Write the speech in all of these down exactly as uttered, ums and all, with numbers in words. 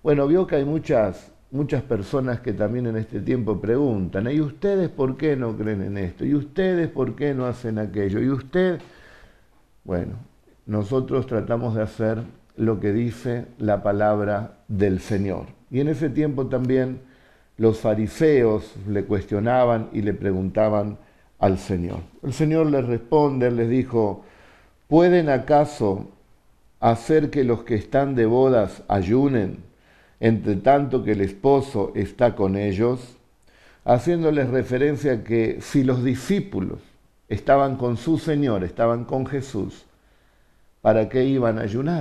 Bueno, vio que hay muchas, muchas personas que también en este tiempo preguntan, ¿y ustedes por qué no creen en esto? ¿Y ustedes por qué no hacen aquello? ¿Y usted? Bueno, nosotros tratamos de hacer lo que dice la palabra del Señor. Y en ese tiempo también los fariseos le cuestionaban y le preguntaban al Señor. El Señor les responde, les dijo, ¿pueden acaso hacer que los que están de bodas ayunen, entre tanto que el esposo está con ellos? Haciéndoles referencia a que si los discípulos estaban con su Señor, estaban con Jesús, ¿para qué iban a ayunar?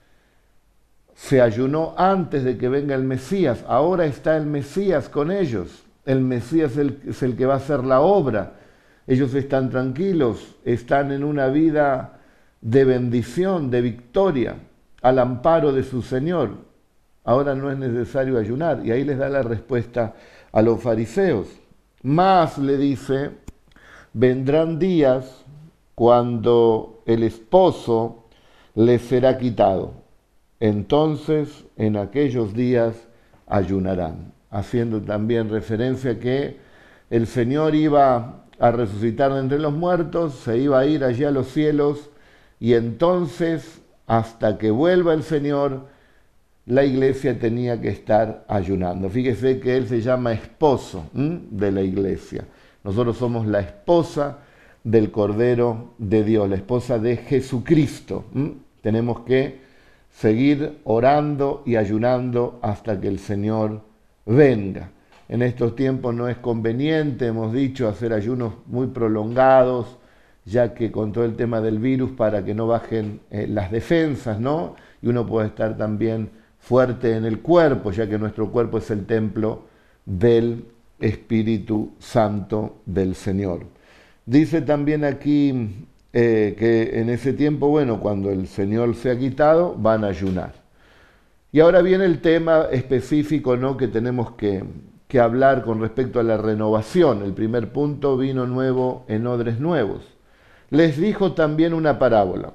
Se ayunó antes de que venga el Mesías, ahora está el Mesías con ellos. El Mesías es el, es el que va a hacer la obra. Ellos están tranquilos, están en una vida de bendición, de victoria, al amparo de su Señor. Ahora no es necesario ayunar. Y ahí les da la respuesta a los fariseos. Más le dice, vendrán días cuando el esposo les será quitado. Entonces, en aquellos días ayunarán, haciendo también referencia a que el Señor iba a resucitar de entre los muertos, se iba a ir allí a los cielos, y entonces, hasta que vuelva el Señor, la iglesia tenía que estar ayunando. Fíjese que Él se llama esposo ¿m? de la iglesia. Nosotros somos la esposa del Cordero de Dios, la esposa de Jesucristo. ¿m? Tenemos que seguir orando y ayunando hasta que el Señor venga. En estos tiempos no es conveniente, hemos dicho, hacer ayunos muy prolongados, ya que con todo el tema del virus, para que no bajen eh, las defensas, ¿no? Y uno puede estar también fuerte en el cuerpo, ya que nuestro cuerpo es el templo del Espíritu Santo del Señor. Dice también aquí eh, que en ese tiempo, bueno, cuando el Señor se ha quitado, van a ayunar. Y ahora viene el tema específico, ¿no?, que tenemos que, que hablar con respecto a la renovación. El primer punto, vino nuevo en odres nuevos. Les dijo también una parábola.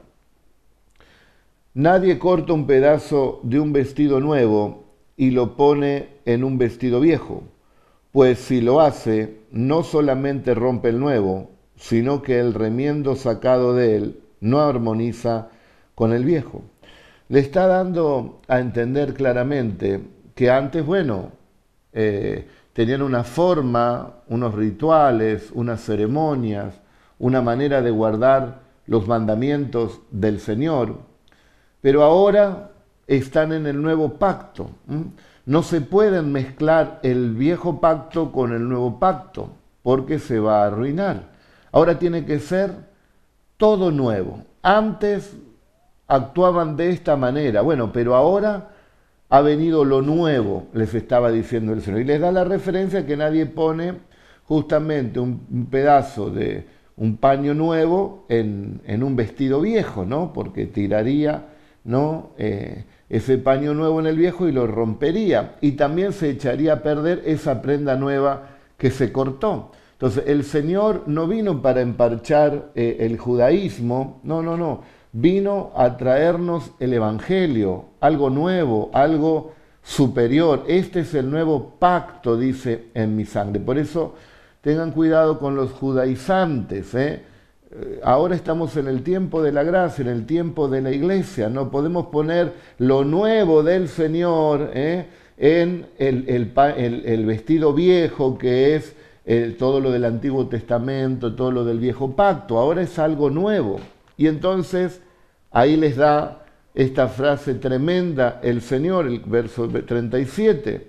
Nadie corta un pedazo de un vestido nuevo y lo pone en un vestido viejo, pues si lo hace, no solamente rompe el nuevo, sino que el remiendo sacado de él no armoniza con el viejo. Le está dando a entender claramente que antes, bueno, eh, tenían una forma, unos rituales, unas ceremonias, una manera de guardar los mandamientos del Señor, pero ahora están en el nuevo pacto. No se pueden mezclar el viejo pacto con el nuevo pacto, porque se va a arruinar. Ahora tiene que ser todo nuevo. Antes actuaban de esta manera, bueno, pero ahora ha venido lo nuevo, les estaba diciendo el Señor. Y les da la referencia que nadie pone justamente un, un pedazo de un paño nuevo en, en un vestido viejo, ¿no? Porque tiraría, ¿no?, eh, ese paño nuevo en el viejo y lo rompería. Y también se echaría a perder esa prenda nueva que se cortó. Entonces, el Señor no vino para emparchar eh, el judaísmo, no, no, no. Vino a traernos el Evangelio, algo nuevo, algo superior. Este es el nuevo pacto, dice, en mi sangre. Por eso, tengan cuidado con los judaizantes, ¿eh? Ahora estamos en el tiempo de la gracia, en el tiempo de la iglesia. No podemos poner lo nuevo del Señor ¿eh? en el, el, el, el vestido viejo, que es el, todo lo del Antiguo Testamento, todo lo del viejo pacto. Ahora es algo nuevo. Y entonces ahí les da esta frase tremenda el Señor, el verso treinta y siete.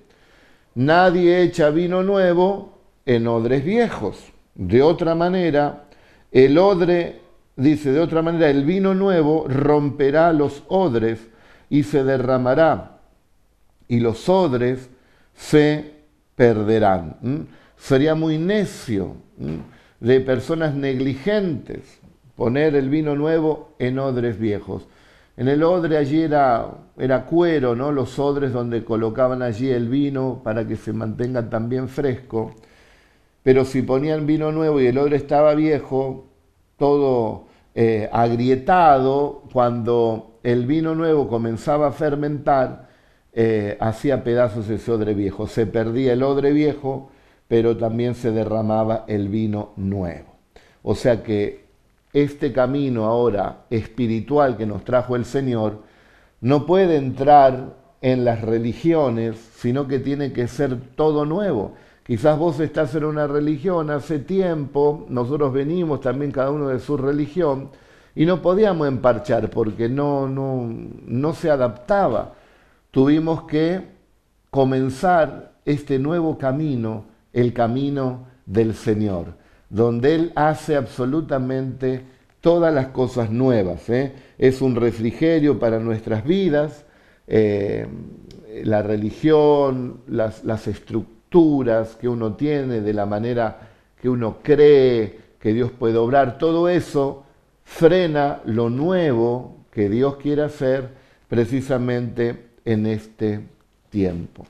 Nadie echa vino nuevo en odres viejos. De otra manera, el odre, dice, de otra manera, el vino nuevo romperá los odres y se derramará, y los odres se perderán. ¿Mm? Sería muy necio ¿Mm? de personas negligentes poner el vino nuevo en odres viejos. En el odre allí era, era cuero, ¿no? Los odres donde colocaban allí el vino para que se mantenga también fresco. Pero si ponían vino nuevo y el odre estaba viejo, todo eh, agrietado, cuando el vino nuevo comenzaba a fermentar, eh, hacía pedazos ese odre viejo. Se perdía el odre viejo, pero también se derramaba el vino nuevo. O sea que este camino ahora espiritual que nos trajo el Señor no puede entrar en las religiones, sino que tiene que ser todo nuevo. Quizás vos estás en una religión hace tiempo, nosotros venimos también cada uno de su religión, y no podíamos emparchar porque no, no, no se adaptaba. Tuvimos que comenzar este nuevo camino, el camino del Señor, donde Él hace absolutamente todas las cosas nuevas. ¿eh? Es un refrigerio para nuestras vidas, eh, la religión, las, las estructuras que uno tiene, de la manera que uno cree que Dios puede obrar, todo eso frena lo nuevo que Dios quiere hacer precisamente en este tiempo.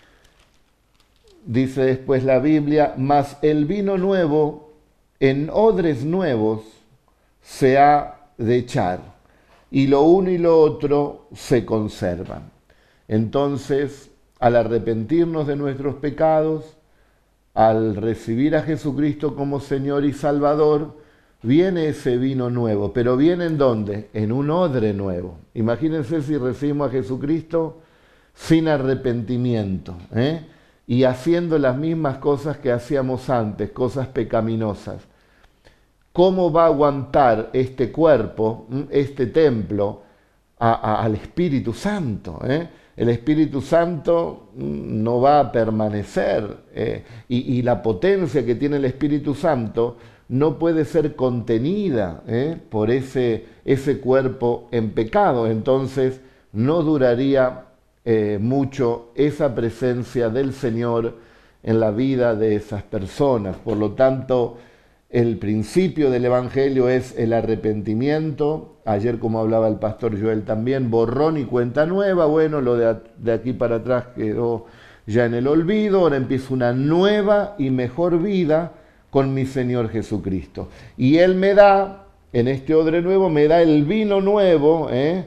Dice después la Biblia, mas el vino nuevo en odres nuevos se ha de echar, y lo uno y lo otro se conservan. Entonces, al arrepentirnos de nuestros pecados, al recibir a Jesucristo como Señor y Salvador, viene ese vino nuevo. ¿Pero viene en dónde? En un odre nuevo. Imagínense si recibimos a Jesucristo sin arrepentimiento, ¿eh? y haciendo las mismas cosas que hacíamos antes, cosas pecaminosas. ¿Cómo va a aguantar este cuerpo, este templo, a, a, al Espíritu Santo? ¿eh? El Espíritu Santo no va a permanecer, eh, y, y la potencia que tiene el Espíritu Santo no puede ser contenida ¿eh? por ese, ese cuerpo en pecado. Entonces no duraría eh, mucho esa presencia del Señor en la vida de esas personas. Por lo tanto, el principio del Evangelio es el arrepentimiento. Ayer, como hablaba el pastor Joel también, borrón y cuenta nueva. Bueno, lo de, de aquí para atrás quedó ya en el olvido. Ahora empieza una nueva y mejor vida con mi Señor Jesucristo. Y Él me da, en este odre nuevo, me da el vino nuevo, ¿eh?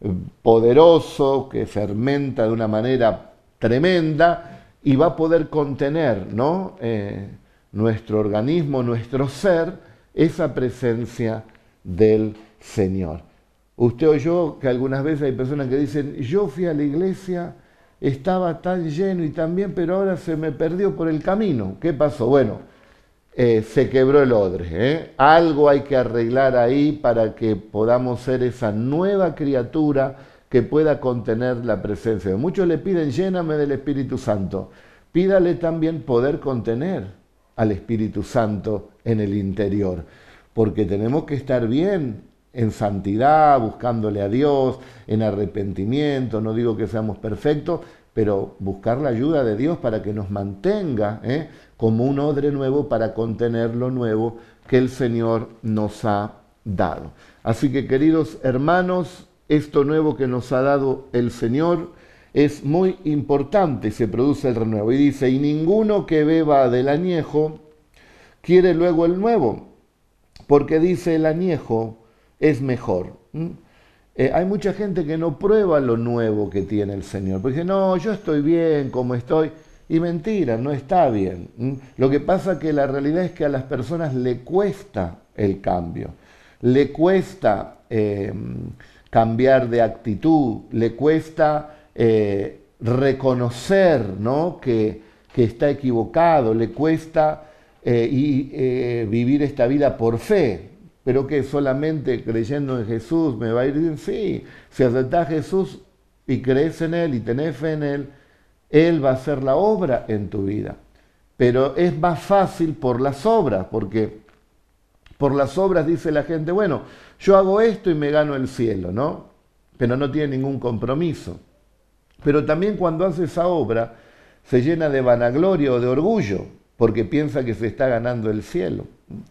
poderoso, que fermenta de una manera tremenda y va a poder contener, ¿no? Eh, nuestro organismo, nuestro ser, esa presencia del Señor. Usted oyó que algunas veces hay personas que dicen, yo fui a la iglesia, estaba tan lleno y tan bien, pero ahora se me perdió por el camino. ¿Qué pasó? Bueno, eh, se quebró el odre. ¿eh? Algo hay que arreglar ahí para que podamos ser esa nueva criatura que pueda contener la presencia. Muchos le piden, lléname del Espíritu Santo. Pídale también poder contener al Espíritu Santo en el interior, porque tenemos que estar bien en santidad, buscándole a Dios, en arrepentimiento. No digo que seamos perfectos, pero buscar la ayuda de Dios para que nos mantenga ¿eh? como un odre nuevo para contener lo nuevo que el Señor nos ha dado. Así que, queridos hermanos, esto nuevo que nos ha dado el Señor es muy importante, se produce el renuevo. Y dice, y ninguno que beba del añejo quiere luego el nuevo, porque dice el añejo es mejor. ¿Mm? Eh, hay mucha gente que no prueba lo nuevo que tiene el Señor, porque dice, no, yo estoy bien como estoy. Y mentira, no está bien. ¿Mm? Lo que pasa que la realidad es que a las personas le cuesta el cambio, le cuesta eh, cambiar de actitud, le cuesta Eh, reconocer ¿no? que, que está equivocado, le cuesta eh, y, eh, vivir esta vida por fe. Pero que solamente creyendo en Jesús me va a ir bien. Sí, si aceptás a Jesús y crees en Él y tenés fe en Él, Él va a hacer la obra en tu vida. Pero es más fácil por las obras, porque por las obras dice la gente, bueno, yo hago esto y me gano el cielo, ¿no? Pero no tiene ningún compromiso. Pero también cuando hace esa obra se llena de vanagloria o de orgullo, porque piensa que se está ganando el cielo.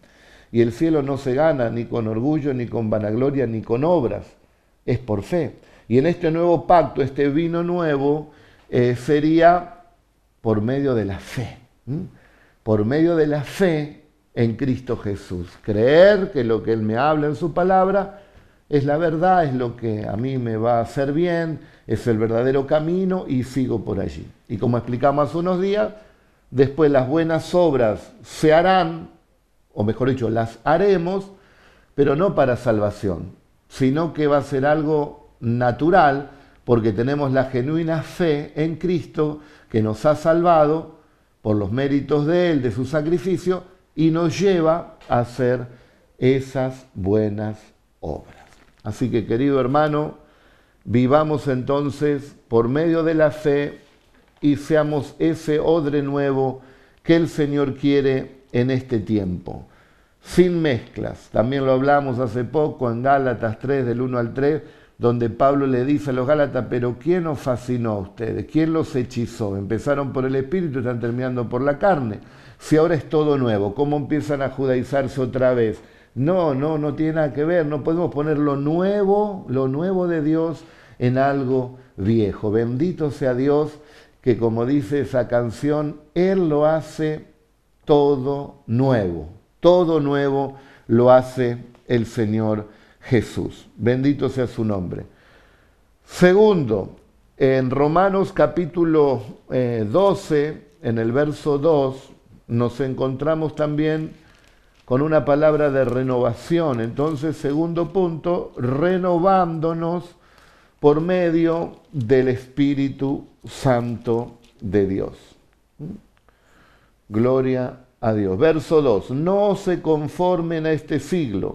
Y el cielo no se gana ni con orgullo, ni con vanagloria, ni con obras, es por fe. Y en este nuevo pacto, este vino nuevo, eh, sería por medio de la fe. ¿m? Por medio de la fe en Cristo Jesús. Creer que lo que Él me habla en su palabra es la verdad, es lo que a mí me va a hacer bien, es el verdadero camino y sigo por allí. Y como explicamos hace unos días, después las buenas obras se harán, o mejor dicho, las haremos, pero no para salvación, sino que va a ser algo natural, porque tenemos la genuina fe en Cristo que nos ha salvado por los méritos de Él, de su sacrificio, y nos lleva a hacer esas buenas obras. Así que, querido hermano, vivamos entonces por medio de la fe y seamos ese odre nuevo que el Señor quiere en este tiempo, sin mezclas. También lo hablamos hace poco en Gálatas tres, del uno al tres, donde Pablo le dice a los Gálatas, pero ¿quién os fascinó a ustedes? ¿Quién los hechizó? Empezaron por el Espíritu y están terminando por la carne. Si ahora es todo nuevo, ¿cómo empiezan a judaizarse otra vez? No, no, no tiene nada que ver. No podemos poner lo nuevo, lo nuevo de Dios en algo viejo. Bendito sea Dios que, como dice esa canción, Él lo hace todo nuevo. Todo nuevo lo hace el Señor Jesús. Bendito sea su nombre. Segundo, en Romanos capítulo eh, doce, en el verso dos, nos encontramos también con una palabra de renovación. Entonces, segundo punto, renovándonos por medio del Espíritu Santo de Dios. Gloria a Dios. Verso dos, no se conformen a este siglo,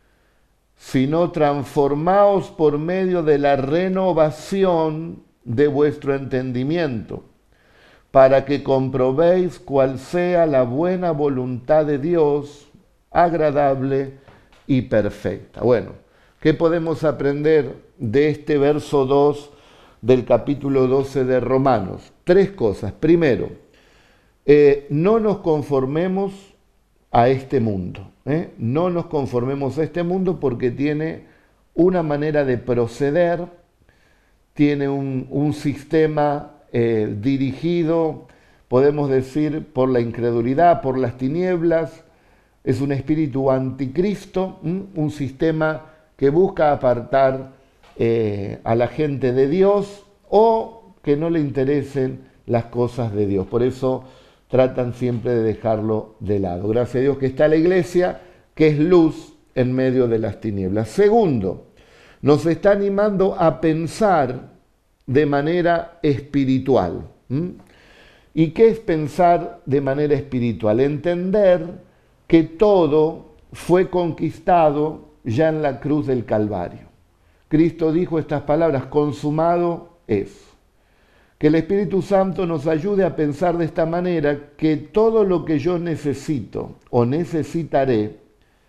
sino transformaos por medio de la renovación de vuestro entendimiento, para que comprobéis cuál sea la buena voluntad de Dios, agradable y perfecta. Bueno, ¿qué podemos aprender de este verso dos del capítulo doce de Romanos? Tres cosas. Primero, eh, no nos conformemos a este mundo. ¿eh? No nos conformemos a este mundo porque tiene una manera de proceder, tiene un, un sistema eh, dirigido, podemos decir, por la incredulidad, por las tinieblas. Es un espíritu anticristo, ¿m? un sistema que busca apartar eh, a la gente de Dios o que no le interesen las cosas de Dios. Por eso tratan siempre de dejarlo de lado. Gracias a Dios que está la iglesia, que es luz en medio de las tinieblas. Segundo, nos está animando a pensar de manera espiritual. ¿Mm? ¿Y qué es pensar de manera espiritual? Entender que todo fue conquistado ya en la cruz del Calvario. Cristo dijo estas palabras, consumado es. Que el Espíritu Santo nos ayude a pensar de esta manera, que todo lo que yo necesito o necesitaré,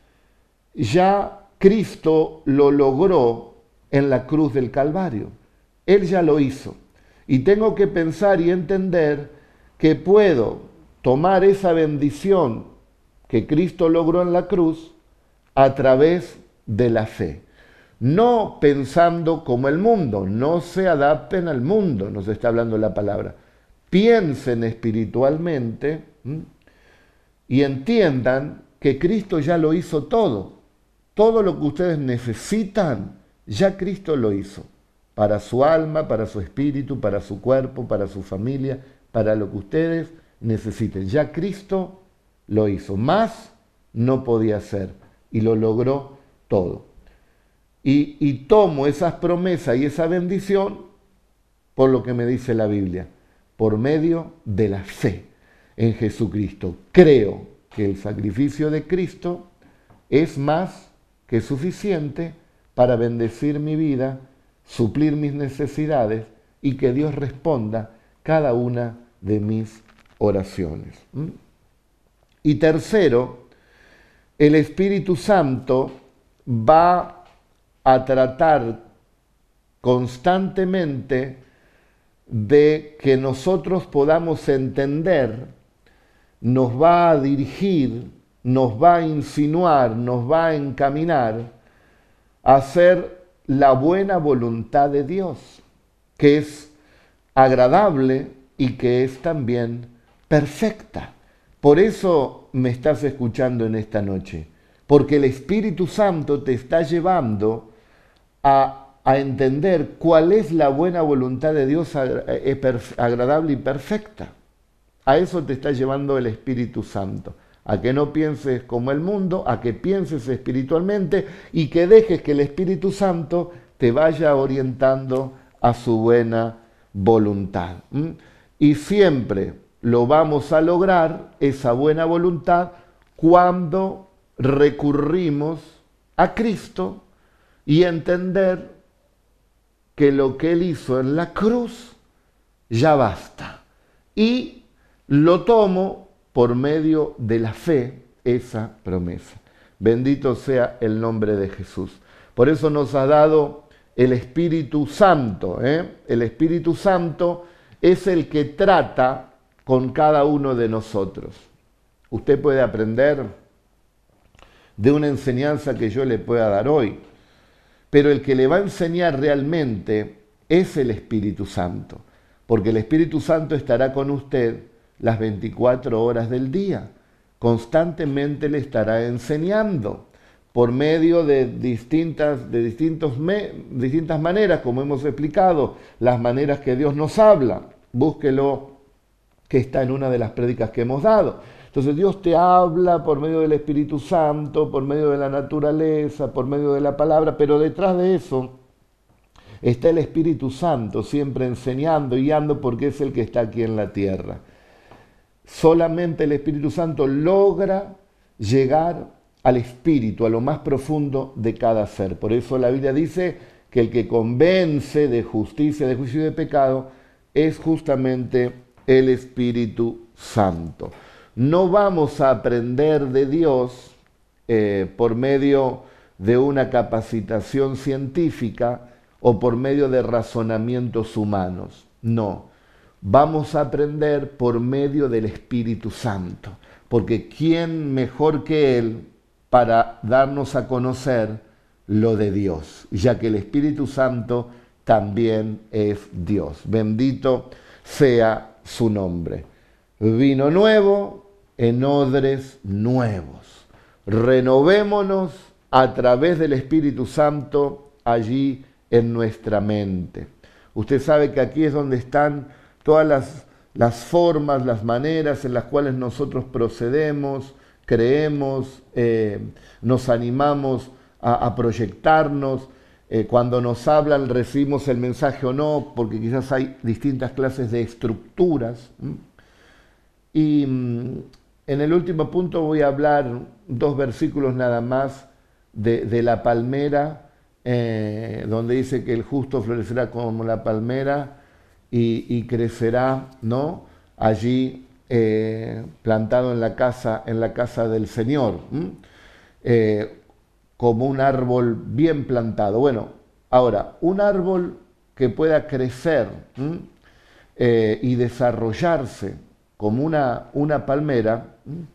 ya Cristo lo logró en la cruz del Calvario. Él ya lo hizo. Y tengo que pensar y entender que puedo tomar esa bendición que Cristo logró en la cruz a través de la fe. No pensando como el mundo, no se adapten al mundo, nos está hablando la palabra. Piensen espiritualmente, ¿m? y entiendan que Cristo ya lo hizo todo. Todo lo que ustedes necesitan, ya Cristo lo hizo. Para su alma, para su espíritu, para su cuerpo, para su familia, para lo que ustedes necesiten. Ya Cristo lo hizo. Más no podía hacer y lo logró todo. Y, y tomo esas promesas y esa bendición por lo que me dice la Biblia, por medio de la fe en Jesucristo. Creo que el sacrificio de Cristo es más que suficiente para bendecir mi vida, suplir mis necesidades y que Dios responda cada una de mis oraciones. ¿Mm? Y tercero, el Espíritu Santo va a tratar constantemente de que nosotros podamos entender, nos va a dirigir, nos va a insinuar, nos va a encaminar a hacer la buena voluntad de Dios, que es agradable y que es también perfecta. Por eso me estás escuchando en esta noche, porque el Espíritu Santo te está llevando a a entender cuál es la buena voluntad de Dios agradable y perfecta. A eso te está llevando el Espíritu Santo, a que no pienses como el mundo, a que pienses espiritualmente y que dejes que el Espíritu Santo te vaya orientando a su buena voluntad. ¿Mm? Y siempre lo vamos a lograr, esa buena voluntad, cuando recurrimos a Cristo y entender que lo que Él hizo en la cruz ya basta. Y lo tomo por medio de la fe, esa promesa. Bendito sea el nombre de Jesús. Por eso nos ha dado el Espíritu Santo. ¿eh? El Espíritu Santo es el que trata con cada uno de nosotros. Usted puede aprender de una enseñanza que yo le pueda dar hoy, pero el que le va a enseñar realmente es el Espíritu Santo, porque el Espíritu Santo estará con usted las veinticuatro horas del día, constantemente le estará enseñando por medio de distintas, de distintos me, distintas maneras, como hemos explicado, las maneras que Dios nos habla. Búsquelo, que está en una de las prédicas que hemos dado. Entonces Dios te habla por medio del Espíritu Santo, por medio de la naturaleza, por medio de la palabra, pero detrás de eso está el Espíritu Santo siempre enseñando y guiando, porque es el que está aquí en la tierra. Solamente el Espíritu Santo logra llegar al espíritu, a lo más profundo de cada ser. Por eso la Biblia dice que el que convence de justicia, de juicio y de pecado es justamente el Espíritu Santo. No vamos a aprender de Dios eh, por medio de una capacitación científica o por medio de razonamientos humanos. No, vamos a aprender por medio del Espíritu Santo, porque ¿quién mejor que Él para darnos a conocer lo de Dios? Ya que el Espíritu Santo también es Dios. Bendito sea su nombre. Vino nuevo en odres nuevos. Renovémonos a través del Espíritu Santo allí en nuestra mente. Usted sabe que aquí es donde están todas las, las formas, las maneras en las cuales nosotros procedemos, creemos, eh, nos animamos a, a proyectarnos. Eh, cuando nos hablan, recibimos el mensaje o no, porque quizás hay distintas clases de estructuras. ¿Mm? Y mm, en el último punto voy a hablar dos versículos nada más de, de la palmera, eh, donde dice que el justo florecerá como la palmera y, y crecerá, ¿no? Allí eh, plantado en la casa, en la casa del Señor, eh, como un árbol bien plantado. Bueno, ahora, un árbol que pueda crecer eh, y desarrollarse como una, una palmera,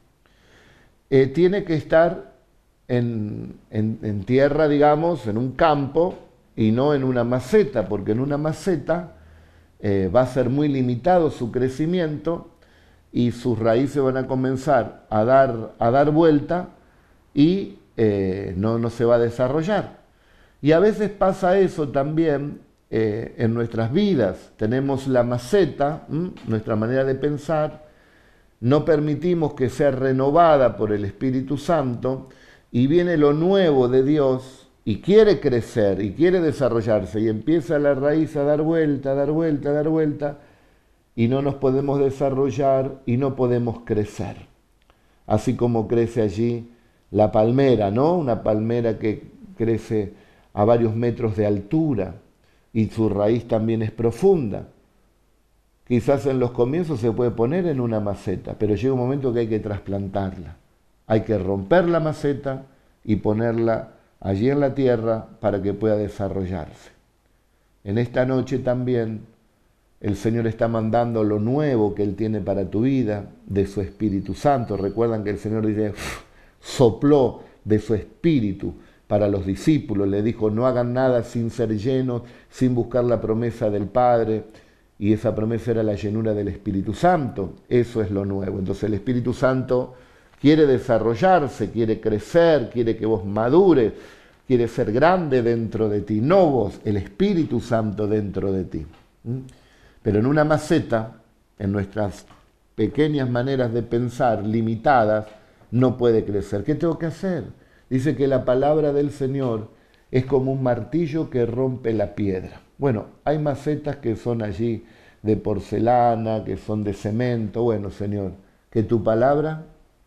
eh, tiene que estar en, en, en tierra, digamos, en un campo y no en una maceta, porque en una maceta eh, va a ser muy limitado su crecimiento y sus raíces van a comenzar a dar, a dar vuelta y eh, no, no se va a desarrollar. Y a veces pasa eso también eh, en nuestras vidas. Tenemos la maceta, ¿m? nuestra manera de pensar, no permitimos que sea renovada por el Espíritu Santo y viene lo nuevo de Dios y quiere crecer y quiere desarrollarse y empieza la raíz a dar vuelta, a dar vuelta, a dar vuelta y no nos podemos desarrollar y no podemos crecer. Así como crece allí la palmera, ¿no? Una palmera que crece a varios metros de altura y su raíz también es profunda. Quizás en los comienzos se puede poner en una maceta, pero llega un momento que hay que trasplantarla. Hay que romper la maceta y ponerla allí en la tierra para que pueda desarrollarse. En esta noche también el Señor está mandando lo nuevo que Él tiene para tu vida, de su Espíritu Santo. Recuerdan que el Señor dice, sopló de su Espíritu para los discípulos. Le dijo, no hagan nada sin ser llenos, sin buscar la promesa del Padre. Y esa promesa era la llenura del Espíritu Santo. Eso es lo nuevo. Entonces el Espíritu Santo quiere desarrollarse, quiere crecer, quiere que vos madures. quiere ser grande dentro de ti, no vos, el Espíritu Santo dentro de ti. ¿Mm? Pero en una maceta, en nuestras pequeñas maneras de pensar, limitadas, no puede crecer. ¿Qué tengo que hacer? Dice que la palabra del Señor es como un martillo que rompe la piedra. Bueno, hay macetas que son allí de porcelana, que son de cemento. Bueno, Señor, que tu palabra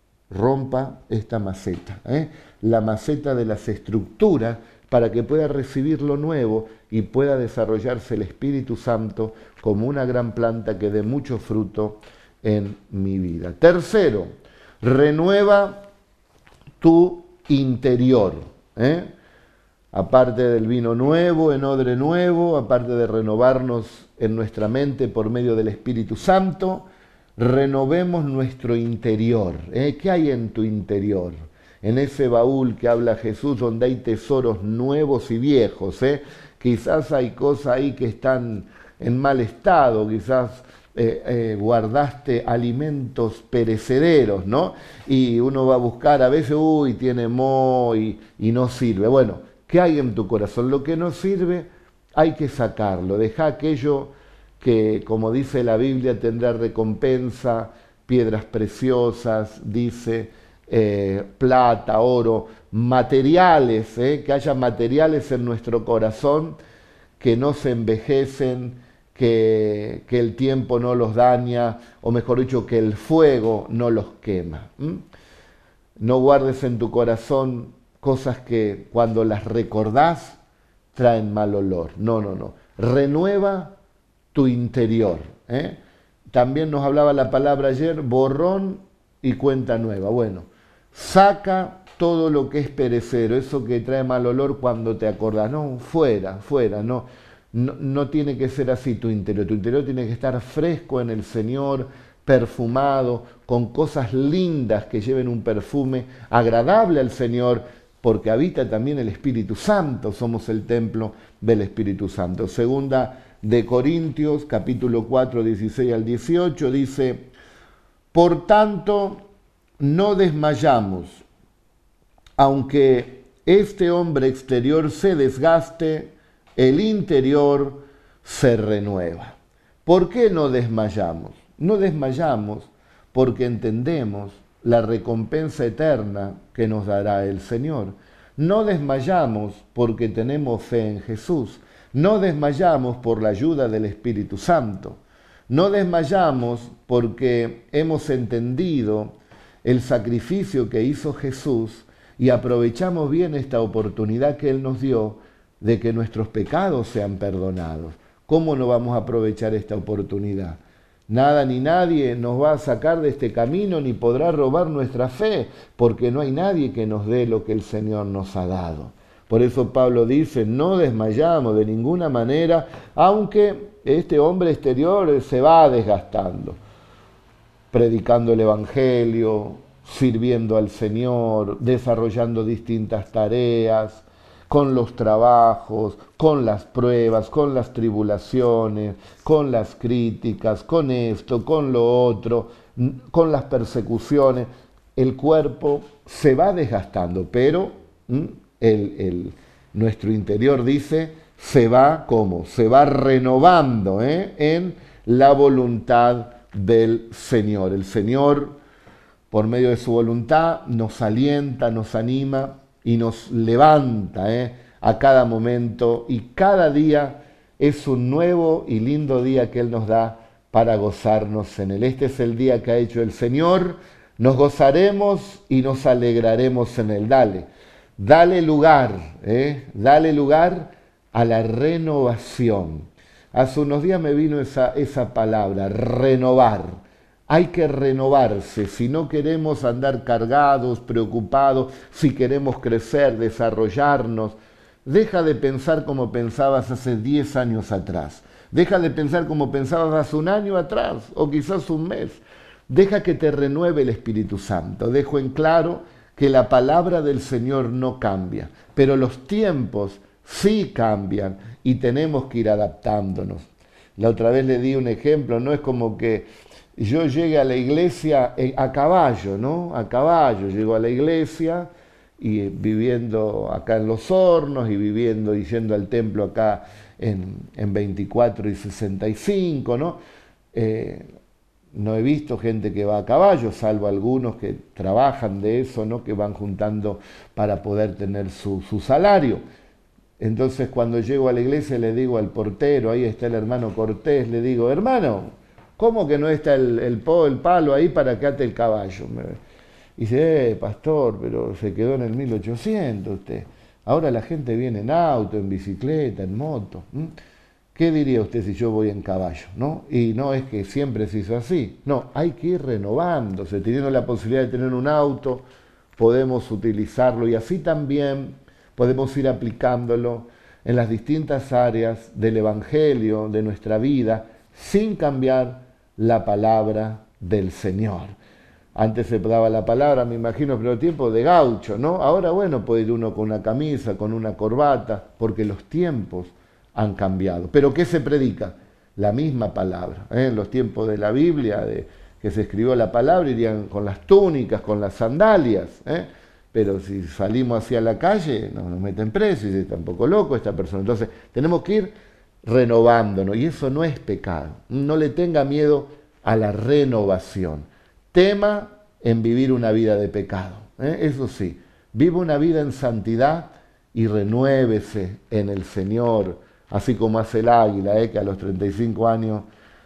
rompa esta maceta, ¿eh? la maceta de las estructuras, para que pueda recibir lo nuevo y pueda desarrollarse el Espíritu Santo como una gran planta que dé mucho fruto en mi vida. Tercero, renueva tu interior, ¿eh? Aparte del vino nuevo, en odre nuevo, aparte de renovarnos en nuestra mente por medio del Espíritu Santo, renovemos nuestro interior. ¿eh? ¿Qué hay en tu interior? En ese baúl que habla Jesús, donde hay tesoros nuevos y viejos. ¿eh? Quizás hay cosas ahí que están en mal estado, quizás eh, eh, guardaste alimentos perecederos, ¿no? Y uno va a buscar, a veces, uy, tiene moho y, y no sirve. Bueno, ¿qué hay en tu corazón? Lo que no sirve hay que sacarlo. Deja aquello que, como dice la Biblia, tendrá recompensa, piedras preciosas, dice, eh, plata, oro, materiales, eh, que haya materiales en nuestro corazón que no se envejecen, que, que el tiempo no los daña, o mejor dicho, que el fuego no los quema. ¿Mm? No guardes en tu corazón cosas que cuando las recordás traen mal olor. No, no, no. Renueva tu interior. ¿eh? También nos hablaba la palabra ayer, borrón y cuenta nueva. Bueno, saca todo lo que es perecero, eso que trae mal olor cuando te acordás. No, fuera, fuera, no. No, no tiene que ser así tu interior. Tu interior tiene que estar fresco en el Señor, perfumado, con cosas lindas que lleven un perfume agradable al Señor, porque habita también el Espíritu Santo. Somos el templo del Espíritu Santo. Segunda de Corintios, capítulo cuatro, dieciséis al dieciocho, dice: por tanto, no desmayamos, aunque este hombre exterior se desgaste, el interior se renueva. ¿Por qué no desmayamos? No desmayamos porque entendemos la recompensa eterna que nos dará el Señor. No desmayamos porque tenemos fe en Jesús. No desmayamos por la ayuda del Espíritu Santo. No desmayamos porque hemos entendido el sacrificio que hizo Jesús y aprovechamos bien esta oportunidad que Él nos dio de que nuestros pecados sean perdonados. ¿Cómo no vamos a aprovechar esta oportunidad? Nada ni nadie nos va a sacar de este camino ni podrá robar nuestra fe, porque no hay nadie que nos dé lo que el Señor nos ha dado. Por eso Pablo dice, no desmayamos de ninguna manera, aunque este hombre exterior se va desgastando, predicando el Evangelio, sirviendo al Señor, desarrollando distintas tareas, con los trabajos, con las pruebas, con las tribulaciones, con las críticas, con esto, con lo otro, con las persecuciones. El cuerpo se va desgastando, pero el, el, nuestro interior dice, se va ¿cómo? Se va renovando ¿eh? en la voluntad del Señor. El Señor, por medio de su voluntad, nos alienta, nos anima y nos levanta ¿eh? a cada momento, y cada día es un nuevo y lindo día que Él nos da para gozarnos en Él. Este es el día que ha hecho el Señor, nos gozaremos y nos alegraremos en Él. Dale, dale lugar, ¿eh? dale lugar a la renovación. Hace unos días me vino esa, esa palabra, renovar. Hay que renovarse, si no queremos andar cargados, preocupados, si queremos crecer, desarrollarnos. Deja de pensar como pensabas hace diez años atrás. Deja de pensar como pensabas hace un año atrás o quizás un mes. Deja que te renueve el Espíritu Santo. Dejo en claro que la palabra del Señor no cambia, pero los tiempos sí cambian y tenemos que ir adaptándonos. La otra vez le di un ejemplo, no es como que yo llegué a la iglesia a caballo, ¿no? A caballo, llego a la iglesia y viviendo acá en Los Hornos y viviendo y yendo al templo acá en, en veinticuatro y sesenta y cinco, ¿no? Eh, no he visto gente que va a caballo, salvo algunos que trabajan de eso, ¿no? Que van juntando para poder tener su, su salario. Entonces cuando llego a la iglesia le digo al portero, ahí está el hermano Cortés, le digo, hermano, ¿cómo que no está el, el, el palo ahí para que ate el caballo? Me dice, eh, pastor, pero se quedó en el mil ochocientos usted. Ahora la gente viene en auto, en bicicleta, en moto. ¿Mm? ¿Qué diría usted si yo voy en caballo? ¿No? Y no es que siempre se hizo así. No, hay que ir renovándose. Teniendo la posibilidad de tener un auto, podemos utilizarlo y así también podemos ir aplicándolo en las distintas áreas del Evangelio, de nuestra vida, sin cambiar la palabra del Señor. Antes se daba la palabra, me imagino, en primer tiempo, de gaucho, ¿no? Ahora, bueno, puede ir uno con una camisa, con una corbata, porque los tiempos han cambiado. ¿Pero qué se predica? La misma palabra. ¿eh? En los tiempos de la Biblia, de que se escribió la palabra, irían con las túnicas, con las sandalias. ¿eh? Pero si salimos hacia la calle, no, nos meten presos, y está un poco loco esta persona. Entonces, tenemos que ir renovándonos, y eso no es pecado. No le tenga miedo a la renovación. Tema en vivir una vida de pecado. ¿eh? Eso sí, viva una vida en santidad y renuévese en el Señor, así como hace el águila, ¿eh? que a los treinta y cinco años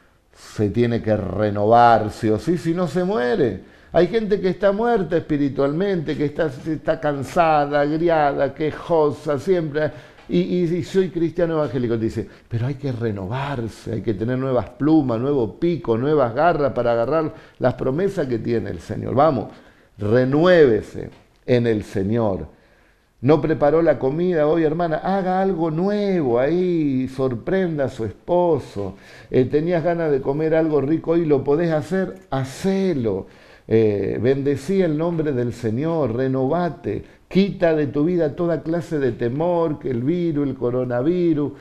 se tiene que renovarse, o sí, si no se muere. Hay gente que está muerta espiritualmente, que está, está cansada, agriada, quejosa, siempre. Y, y, y soy cristiano evangélico, dice, pero hay que renovarse, hay que tener nuevas plumas, nuevo pico, nuevas garras para agarrar las promesas que tiene el Señor. Vamos, renuévese en el Señor. No preparó la comida hoy, hermana, haga algo nuevo ahí, sorprenda a su esposo. Eh, tenías ganas de comer algo rico hoy, lo podés hacer, hacelo. Eh, bendecí el nombre del Señor, renovate, quita de tu vida toda clase de temor, que el virus, el coronavirus,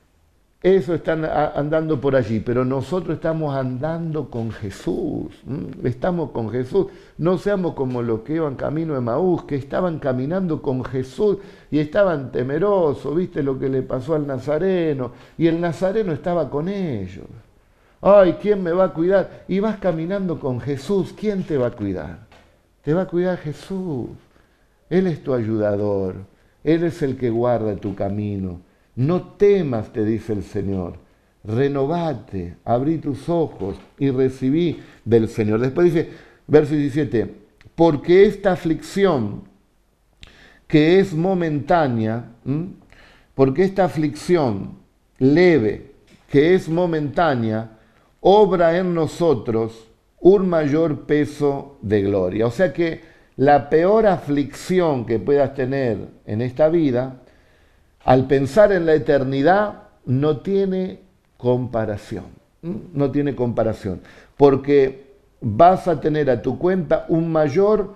eso están andando por allí, pero nosotros estamos andando con Jesús, ¿m? estamos con Jesús, no seamos como los que iban camino de Emaús, que estaban caminando con Jesús y estaban temerosos, viste lo que le pasó al Nazareno, y el Nazareno estaba con ellos. Ay, ¿quién me va a cuidar? Y vas caminando con Jesús, ¿quién te va a cuidar? Te va a cuidar Jesús. Él es tu ayudador, Él es el que guarda tu camino. No temas, te dice el Señor. Renovate, abrí tus ojos y recibí del Señor. Después dice, verso diecisiete, porque esta aflicción que es momentánea, ¿m? porque esta aflicción leve que es momentánea, obra en nosotros un mayor peso de gloria. O sea que la peor aflicción que puedas tener en esta vida, al pensar en la eternidad, no tiene comparación. No tiene comparación. Porque vas a tener a tu cuenta un mayor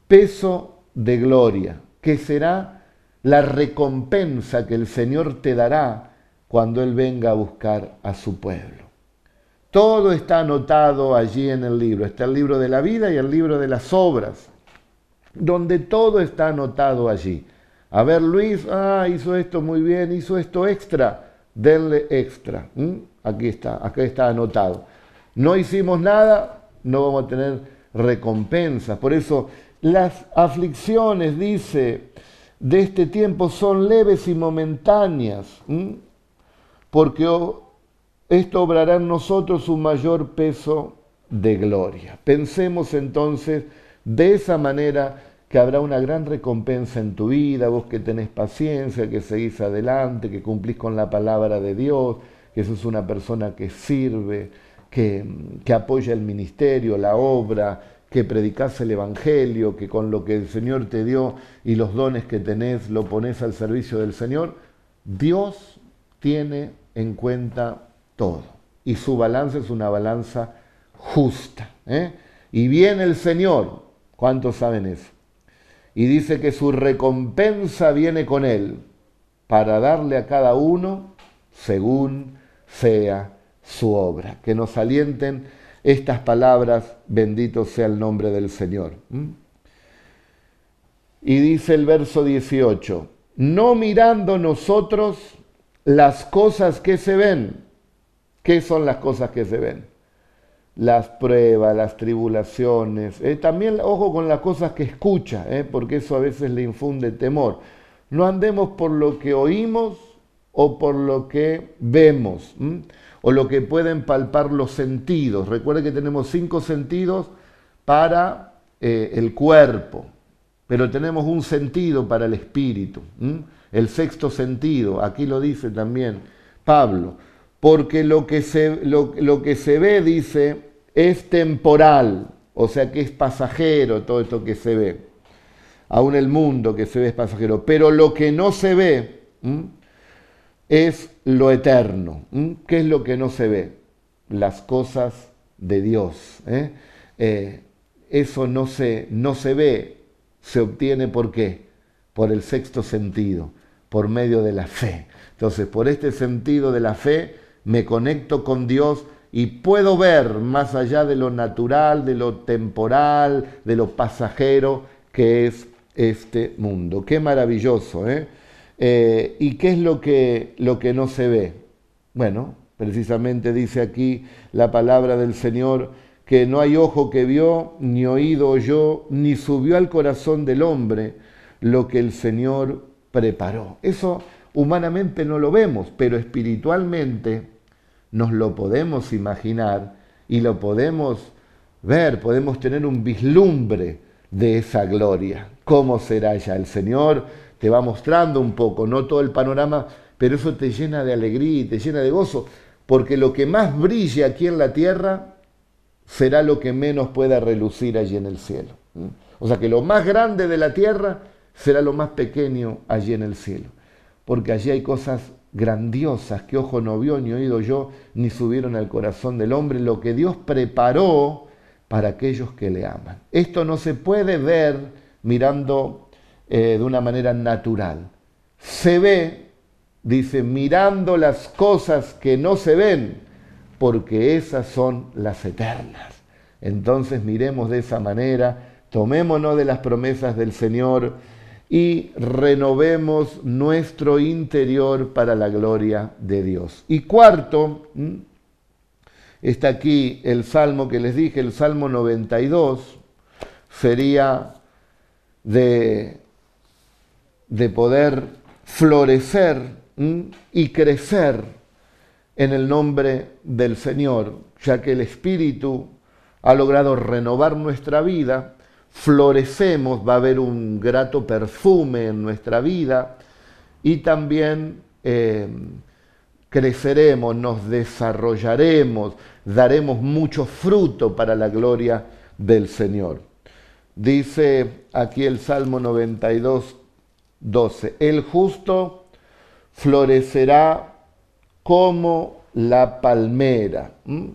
peso de gloria, que será la recompensa que el Señor te dará cuando Él venga a buscar a su pueblo. Todo está anotado allí en el libro. Está el libro de la vida y el libro de las obras, donde todo está anotado allí. A ver, Luis, ah, hizo esto muy bien, hizo esto extra, denle extra. ¿Mm? Aquí está, acá está anotado. No hicimos nada, no vamos a tener recompensas. Por eso las aflicciones, dice, de este tiempo son leves y momentáneas, ¿Mm? porque esto obrará en nosotros un mayor peso de gloria. Pensemos entonces de esa manera, que habrá una gran recompensa en tu vida, vos que tenés paciencia, que seguís adelante, que cumplís con la palabra de Dios, que sos una persona que sirve, que, que apoya el ministerio, la obra, que predicás el Evangelio, que con lo que el Señor te dio y los dones que tenés lo ponés al servicio del Señor. Dios tiene en cuenta todo y su balanza es una balanza justa. ¿eh? Y viene el Señor, ¿cuántos saben eso? Y dice que su recompensa viene con Él para darle a cada uno según sea su obra. Que nos alienten estas palabras, bendito sea el nombre del Señor. ¿Mm? Y dice el verso dieciocho, no mirando nosotros las cosas que se ven. ¿Qué son las cosas que se ven? Las pruebas, las tribulaciones. Eh, también, ojo con las cosas que escucha, eh, porque eso a veces le infunde temor. No andemos por lo que oímos o por lo que vemos, ¿m? o lo que pueden palpar los sentidos. Recuerde que tenemos cinco sentidos para eh, el cuerpo, pero tenemos un sentido para el espíritu. ¿m? El sexto sentido, aquí lo dice también Pablo, porque lo que se, lo, lo que se ve, dice, es temporal, o sea que es pasajero todo esto que se ve. Aún el mundo que se ve es pasajero, pero lo que no se ve ¿m? es lo eterno. ¿m? ¿Qué es lo que no se ve? Las cosas de Dios. ¿eh? Eh, eso no se, no se ve, se obtiene ¿por qué? Por el sexto sentido, por medio de la fe. Entonces, por este sentido de la fe, me conecto con Dios y puedo ver más allá de lo natural, de lo temporal, de lo pasajero que es este mundo. Qué maravilloso, ¿eh? Eh, ¿Y qué es lo que, lo que no se ve? Bueno, precisamente dice aquí la palabra del Señor que no hay ojo que vio, ni oído oyó, ni subió al corazón del hombre lo que el Señor preparó. Eso humanamente no lo vemos, pero espiritualmente nos lo podemos imaginar y lo podemos ver, podemos tener un vislumbre de esa gloria. ¿Cómo será ya? El Señor te va mostrando un poco, no todo el panorama, pero eso te llena de alegría y te llena de gozo, porque lo que más brille aquí en la tierra será lo que menos pueda relucir allí en el cielo. O sea que lo más grande de la tierra será lo más pequeño allí en el cielo, porque allí hay cosas grandiosas que ojo no vio, ni oído yo, ni subieron al corazón del hombre, lo que Dios preparó para aquellos que le aman. Esto no se puede ver mirando eh, de una manera natural. Se ve, dice, mirando las cosas que no se ven, porque esas son las eternas. Entonces miremos de esa manera, tomémonos de las promesas del Señor y renovemos nuestro interior para la gloria de Dios. Y cuarto, está aquí el salmo que les dije, el Salmo noventa y dos, sería de, de poder florecer ¿m? y crecer en el nombre del Señor, ya que el Espíritu ha logrado renovar nuestra vida, florecemos, va a haber un grato perfume en nuestra vida y también eh, creceremos, nos desarrollaremos, daremos mucho fruto para la gloria del Señor. Dice aquí el Salmo noventa y dos, doce, el justo florecerá como la palmera, ¿m?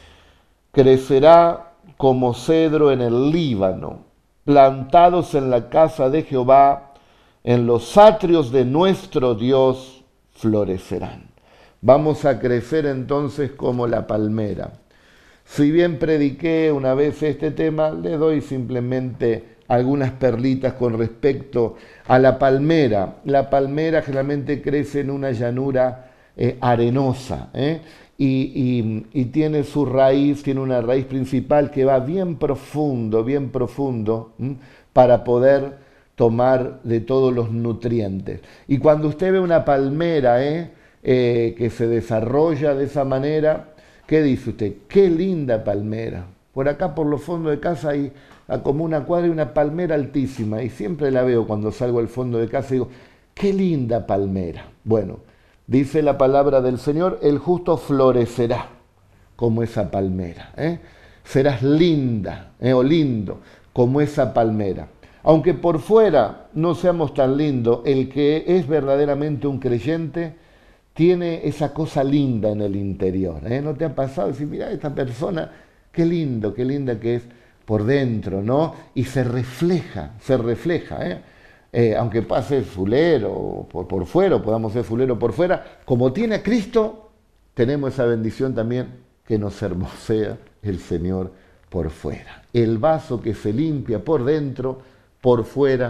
crecerá como cedro en el Líbano, plantados en la casa de Jehová, en los atrios de nuestro Dios florecerán. Vamos a crecer entonces como la palmera. Si bien prediqué una vez este tema, le doy simplemente algunas perlitas con respecto a la palmera. La palmera generalmente crece en una llanura eh, arenosa, ¿eh? Y, y, y tiene su raíz, tiene una raíz principal que va bien profundo, bien profundo, ¿m? para poder tomar de todos los nutrientes. Y cuando usted ve una palmera ¿eh? Eh, que se desarrolla de esa manera, ¿qué dice usted? ¡Qué linda palmera! Por acá, por los fondos de casa, hay a como una cuadra y una palmera altísima, y siempre la veo cuando salgo al fondo de casa y digo, ¡qué linda palmera! Bueno, dice la palabra del Señor, el justo florecerá como esa palmera. ¿eh? Serás linda ¿eh? o lindo como esa palmera. Aunque por fuera no seamos tan lindos, el que es verdaderamente un creyente tiene esa cosa linda en el interior. ¿eh? ¿No te ha pasado decir, mira, esta persona, qué lindo, qué linda que es por dentro, ¿no? Y se refleja, se refleja, ¿eh? Eh, aunque pase fulero por, por fuera, o podamos ser fulero por fuera, como tiene a Cristo, tenemos esa bendición también que nos hermosea el Señor por fuera. El vaso que se limpia por dentro, por fuera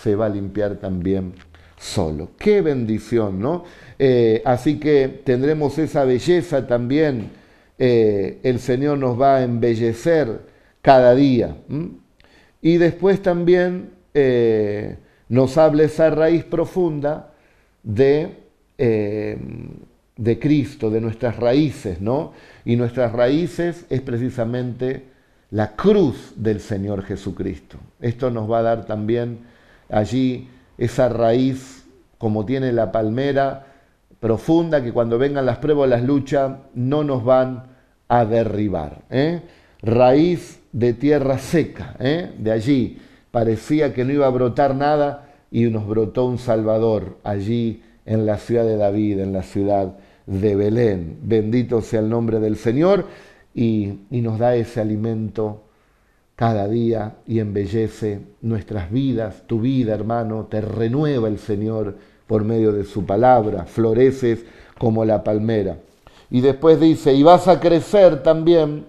se va a limpiar también solo. ¡Qué bendición!, ¿no? Eh, así que tendremos esa belleza también. Eh, el Señor nos va a embellecer cada día. ¿Mm? Y después también eh, nos habla esa raíz profunda de, eh, de Cristo, de nuestras raíces, ¿no? Y nuestras raíces es precisamente la cruz del Señor Jesucristo. Esto nos va a dar también allí esa raíz, como tiene la palmera, profunda, que cuando vengan las pruebas o las luchas no nos van a derribar. ¿eh? Raíz de tierra seca, ¿eh? de allí parecía que no iba a brotar nada y nos brotó un Salvador allí en la ciudad de David, en la ciudad de Belén. Bendito sea el nombre del Señor y, y nos da ese alimento cada día y embellece nuestras vidas. Tu vida, hermano, te renueva el Señor por medio de su palabra, floreces como la palmera. Y después dice, y vas a crecer también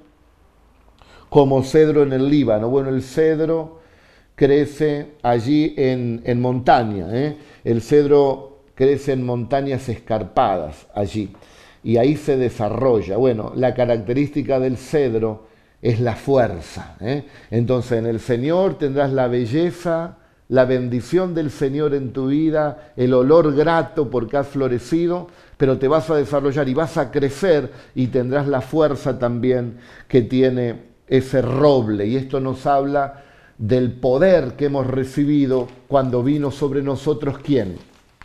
como cedro en el Líbano. Bueno, el cedro crece allí en, en montaña, ¿eh? El cedro crece en montañas escarpadas allí, y ahí se desarrolla. Bueno, la característica del cedro es la fuerza, ¿eh? Entonces en el Señor tendrás la belleza, la bendición del Señor en tu vida, el olor grato porque has florecido, pero te vas a desarrollar y vas a crecer y tendrás la fuerza también que tiene ese roble. Y esto nos habla del poder que hemos recibido cuando vino sobre nosotros, ¿quién?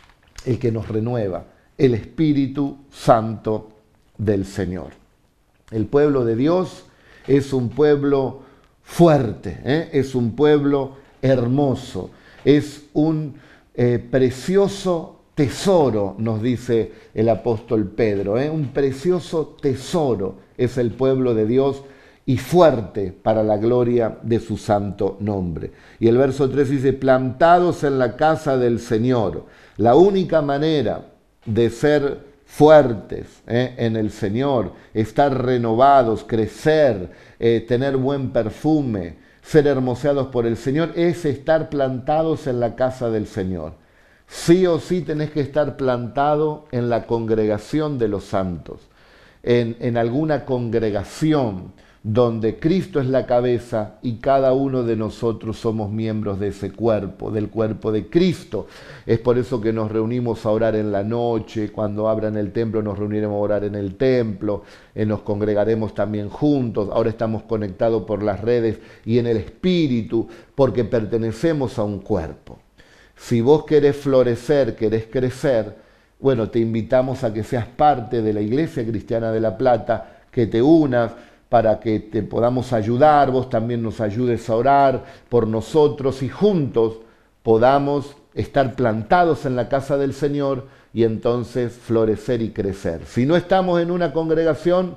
El que nos renueva, el Espíritu Santo del Señor. El pueblo de Dios es un pueblo fuerte, ¿eh? es un pueblo hermoso, es un eh, precioso tesoro, nos dice el apóstol Pedro, ¿eh? un precioso tesoro es el pueblo de Dios y fuerte para la gloria de su santo nombre. Y el verso tres dice, plantados en la casa del Señor. La única manera de ser fuertes ¿eh? en el Señor, estar renovados, crecer, eh, tener buen perfume, ser hermoseados por el Señor, es estar plantados en la casa del Señor. Sí o sí tenés que estar plantado en la congregación de los santos, en, en alguna congregación donde Cristo es la cabeza y cada uno de nosotros somos miembros de ese cuerpo, del cuerpo de Cristo. Es por eso que nos reunimos a orar en la noche, cuando abran el templo nos reuniremos a orar en el templo, eh, nos congregaremos también juntos, ahora estamos conectados por las redes y en el Espíritu, porque pertenecemos a un cuerpo. Si vos querés florecer, querés crecer, bueno, te invitamos a que seas parte de la Iglesia Cristiana de La Plata, que te unas, para que te podamos ayudar, vos también nos ayudes a orar por nosotros y juntos podamos estar plantados en la casa del Señor y entonces florecer y crecer. Si no estamos en una congregación,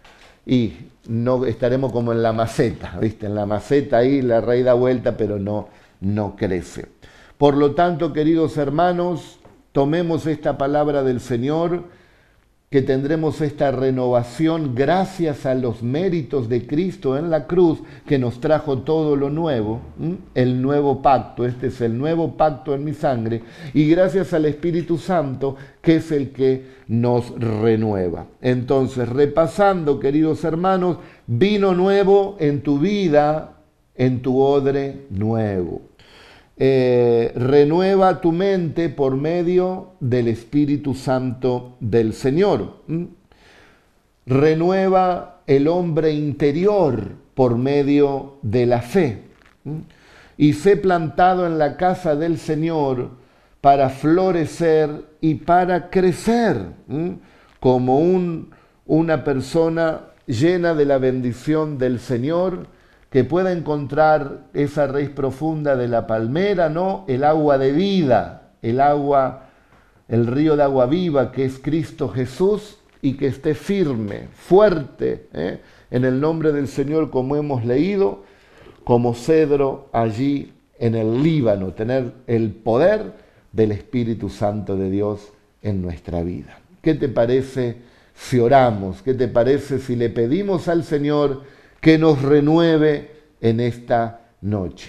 y no estaremos como en la maceta, ¿viste? En la maceta ahí la raíz da vuelta, pero no, no crece. Por lo tanto, queridos hermanos, tomemos esta palabra del Señor, que tendremos esta renovación gracias a los méritos de Cristo en la cruz, que nos trajo todo lo nuevo, ¿m? el nuevo pacto. Este es el nuevo pacto en mi sangre, y gracias al Espíritu Santo, que es el que nos renueva. Entonces, repasando, queridos hermanos, vino nuevo en tu vida, en tu odre nuevo. Eh, renueva tu mente por medio del Espíritu Santo del Señor. ¿Mm? Renueva el hombre interior por medio de la fe. ¿Mm? Y sé plantado en la casa del Señor para florecer y para crecer, ¿Mm? como un, una persona llena de la bendición del Señor, que pueda encontrar esa raíz profunda de la palmera, ¿no? El agua de vida, el agua, el río de agua viva que es Cristo Jesús, y que esté firme, fuerte, ¿eh? en el nombre del Señor, como hemos leído, como cedro allí en el Líbano, tener el poder del Espíritu Santo de Dios en nuestra vida. ¿Qué te parece si oramos? ¿Qué te parece si le pedimos al Señor que nos renueve en esta noche?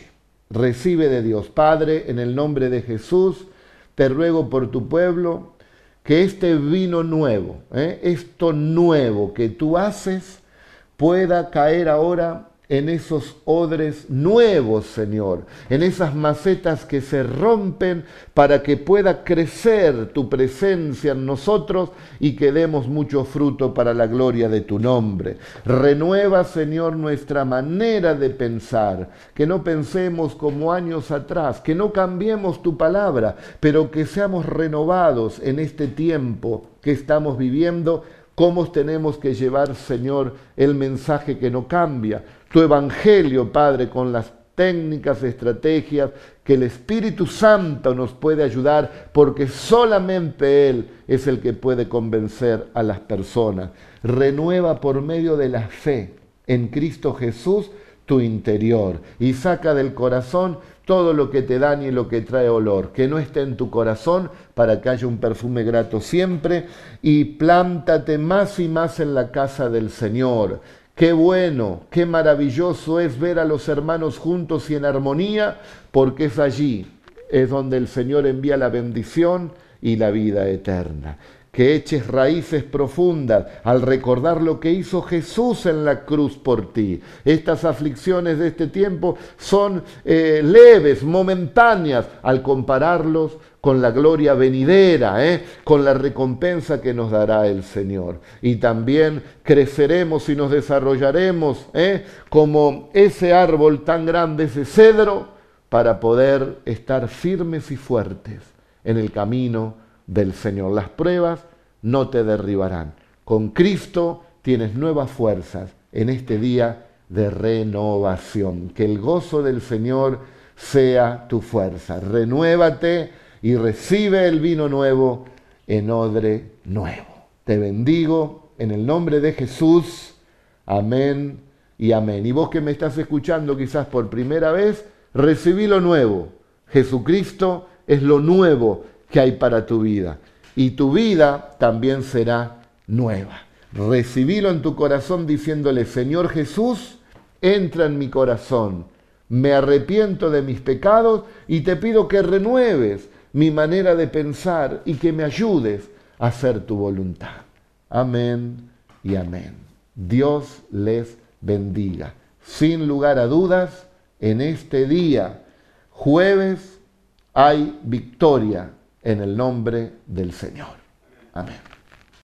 Recibe de Dios. Padre, en el nombre de Jesús, te ruego por tu pueblo que este vino nuevo, ¿eh? esto nuevo que tú haces, pueda caer ahora en esos odres nuevos, Señor, en esas macetas que se rompen para que pueda crecer tu presencia en nosotros y que demos mucho fruto para la gloria de tu nombre. Renueva, Señor, nuestra manera de pensar, que no pensemos como años atrás, que no cambiemos tu palabra, pero que seamos renovados en este tiempo que estamos viviendo. ¿Cómo tenemos que llevar, Señor, el mensaje que no cambia? Tu evangelio, Padre, con las técnicas, estrategias que el Espíritu Santo nos puede ayudar, porque solamente Él es el que puede convencer a las personas. Renueva por medio de la fe en Cristo Jesús tu interior y saca del corazón todo lo que te dañe y lo que trae olor, que no esté en tu corazón para que haya un perfume grato siempre, y plántate más y más en la casa del Señor. Qué bueno, qué maravilloso es ver a los hermanos juntos y en armonía, porque es allí, es donde el Señor envía la bendición y la vida eterna. Que eches raíces profundas al recordar lo que hizo Jesús en la cruz por ti. Estas aflicciones de este tiempo son eh, leves, momentáneas, al compararlos con la gloria venidera, ¿eh? con la recompensa que nos dará el Señor. Y también creceremos y nos desarrollaremos ¿eh? como ese árbol tan grande, ese cedro, para poder estar firmes y fuertes en el camino del Señor. Las pruebas no te derribarán. Con Cristo tienes nuevas fuerzas en este día de renovación. Que el gozo del Señor sea tu fuerza. Renuévate y recibe el vino nuevo en odre nuevo. Te bendigo en el nombre de Jesús. Amén y amén. Y vos que me estás escuchando quizás por primera vez, recibí lo nuevo. Jesucristo es lo nuevo que hay para tu vida. Y tu vida también será nueva. Recibilo en tu corazón diciéndole: Señor Jesús, entra en mi corazón. Me arrepiento de mis pecados y te pido que renueves mi manera de pensar y que me ayudes a hacer tu voluntad. Amén y amén. Dios les bendiga. Sin lugar a dudas, en este día, jueves, hay victoria en el nombre del Señor. Amén.